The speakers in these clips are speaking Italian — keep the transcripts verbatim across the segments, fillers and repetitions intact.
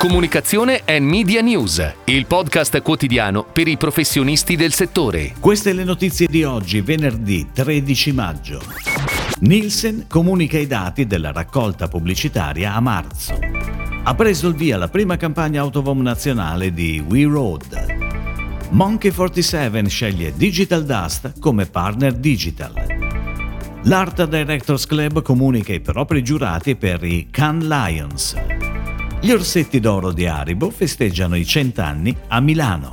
Comunicazione e Media News, il podcast quotidiano per i professionisti del settore. Queste le notizie di oggi, venerdì tredici maggio. Nielsen comunica i dati della raccolta pubblicitaria a marzo. Ha preso il via la prima campagna Autovom nazionale di We Road. Monkey quarantasette sceglie Digital Dust come partner digital. L'Art Directors Club comunica i propri giurati per i Cannes Lions. Gli Orsetti d'Oro di Haribo festeggiano i cent'anni a Milano.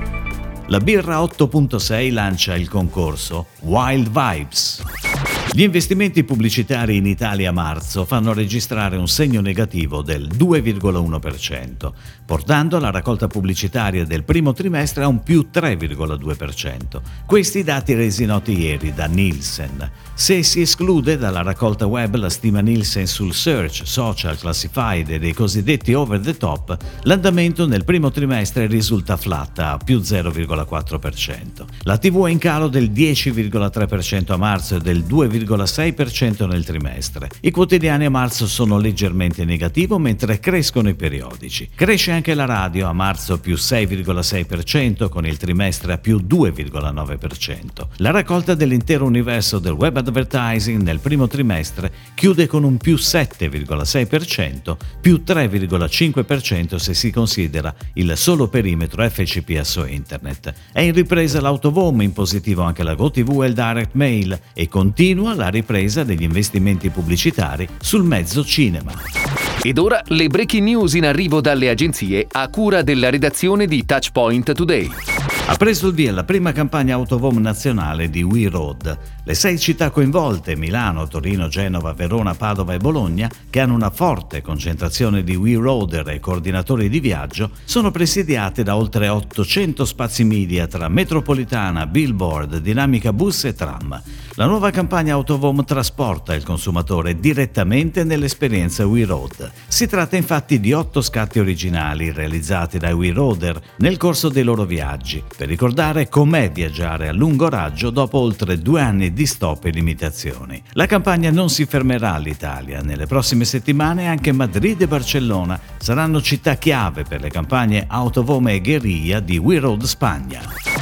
La birra otto punto sei lancia il concorso Wild Vibes. Gli investimenti pubblicitari in Italia a marzo fanno registrare un segno negativo del due virgola uno per cento, portando la raccolta pubblicitaria del primo trimestre a un più tre virgola due per cento. Questi dati resi noti ieri da Nielsen. Se si esclude dalla raccolta web la stima Nielsen sul search, social, classified e dei cosiddetti over the top, l'andamento nel primo trimestre risulta flat a più zero virgola quattro per cento. La tivù è in calo del dieci virgola tre per cento a marzo e del due virgola sei per cento nel trimestre. I quotidiani a marzo sono leggermente in negativo mentre crescono i periodici. Cresce anche la radio a marzo più sei virgola sei per cento con il trimestre a più due virgola nove per cento. La raccolta dell'intero universo del web advertising nel primo trimestre chiude con un più sette virgola sei per cento, più tre virgola cinque per cento se si considera il solo perimetro F C P S O Internet. È in ripresa l'Autovom, in positivo anche la GoTV e il Direct Mail e continua la ripresa degli investimenti pubblicitari sul mezzo cinema. Ed ora le breaking news in arrivo dalle agenzie a cura della redazione di Touchpoint Today. Ha preso il via la prima campagna Autovom nazionale di We Road. Le sei città coinvolte, Milano, Torino, Genova, Verona, Padova e Bologna, che hanno una forte concentrazione di We Roader e coordinatori di viaggio, sono presidiate da oltre ottocento spazi media tra metropolitana, billboard, dinamica bus e tram. La nuova campagna Autovom trasporta il consumatore direttamente nell'esperienza We Road. Si tratta infatti di otto scatti originali realizzati dai We Roader nel corso dei loro viaggi, per ricordare com'è viaggiare a lungo raggio dopo oltre due anni di stop e limitazioni. La campagna non si fermerà all'Italia. Nelle prossime settimane anche Madrid e Barcellona saranno città chiave per le campagne Autovom e Guerrilla di We Road Spagna.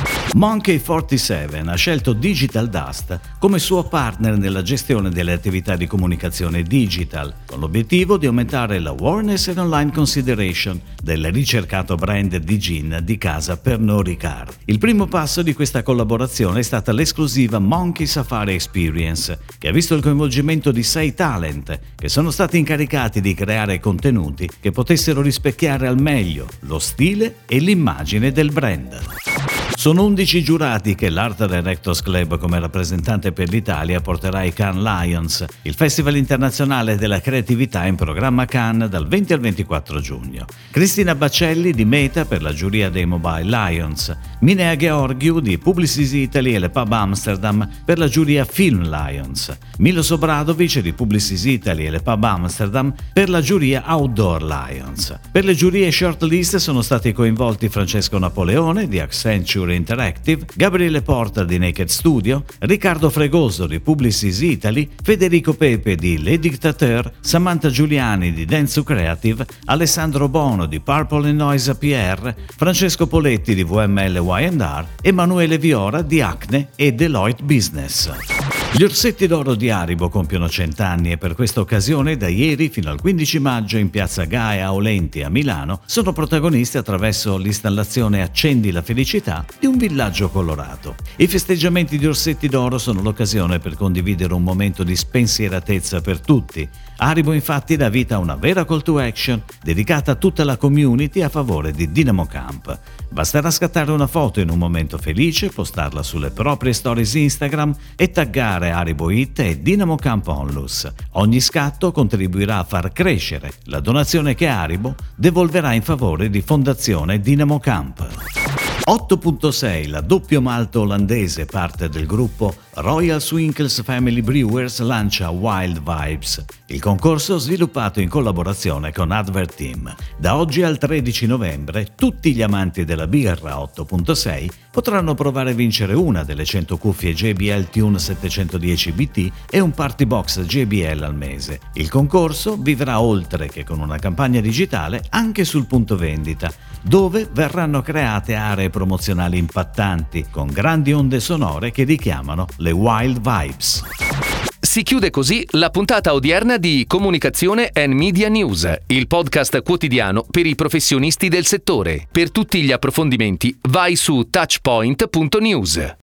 Monkey quarantasette ha scelto Digital Dust come suo partner nella gestione delle attività di comunicazione digital, con l'obiettivo di aumentare l'awareness and online consideration del ricercato brand di gin di casa Pernod Ricard. Il primo passo di questa collaborazione è stata l'esclusiva Monkey Safari Experience, che ha visto il coinvolgimento di sei talent che sono stati incaricati di creare contenuti che potessero rispecchiare al meglio lo stile e l'immagine del brand. Sono undici giurati che l'Art Directors Club come rappresentante per l'Italia porterà ai Cannes Lions, il festival internazionale della creatività in programma a Cannes dal venti al ventiquattro giugno. Cristina Baccelli di Meta per la giuria dei Mobile Lions, Minea Gheorghiu di Publicis Italy e le Pub Amsterdam per la giuria Film Lions, Milos Obradovic di Publicis Italy e le Pub Amsterdam per la giuria Outdoor Lions. Per le giurie shortlist sono stati coinvolti Francesco Napoleone di Accenture Interactive, Gabriele Porta di Naked Studio, Riccardo Fregoso di Publicis Italy, Federico Pepe di Le Dictateur, Samantha Giuliani di Dentsu Creative, Alessandro Bono di Purple Noise P R, Francesco Poletti di V M L Y and R, Emanuele Viora di Acne e Deloitte Business. Gli Orsetti d'Oro di Haribo compiono cent'anni e per questa occasione da ieri fino al quindici maggio in piazza Gaia Aulenti a Milano sono protagonisti attraverso l'installazione Accendi la felicità di un villaggio colorato. I festeggiamenti di Orsetti d'Oro sono l'occasione per condividere un momento di spensieratezza per tutti. Haribo infatti dà vita a una vera call to action dedicata a tutta la community a favore di Dynamo Camp. Basterà scattare una foto in un momento felice, postarla sulle proprie stories Instagram e taggare Haribo It e Dynamo Camp Onlus. Ogni scatto contribuirà a far crescere la donazione che Haribo devolverà in favore di Fondazione Dynamo Camp. otto punto sei, la doppio malto olandese, parte del gruppo Royal Swinkels Family Brewers, lancia Wild Vibes, il concorso sviluppato in collaborazione con Advert Team. Da oggi al tredici novembre tutti gli amanti della birra otto punto sei potranno provare a vincere una delle cento cuffie J B L Tune settecentodieci B T e un party box J B L al mese. Il concorso vivrà, oltre che con una campagna digitale, anche sul punto vendita, dove verranno create aree promozionali impattanti con grandi onde sonore che richiamano le wild vibes. Si chiude così la puntata odierna di Comunicazione and Media News, il podcast quotidiano per i professionisti del settore. Per tutti gli approfondimenti vai su touchpoint punto news.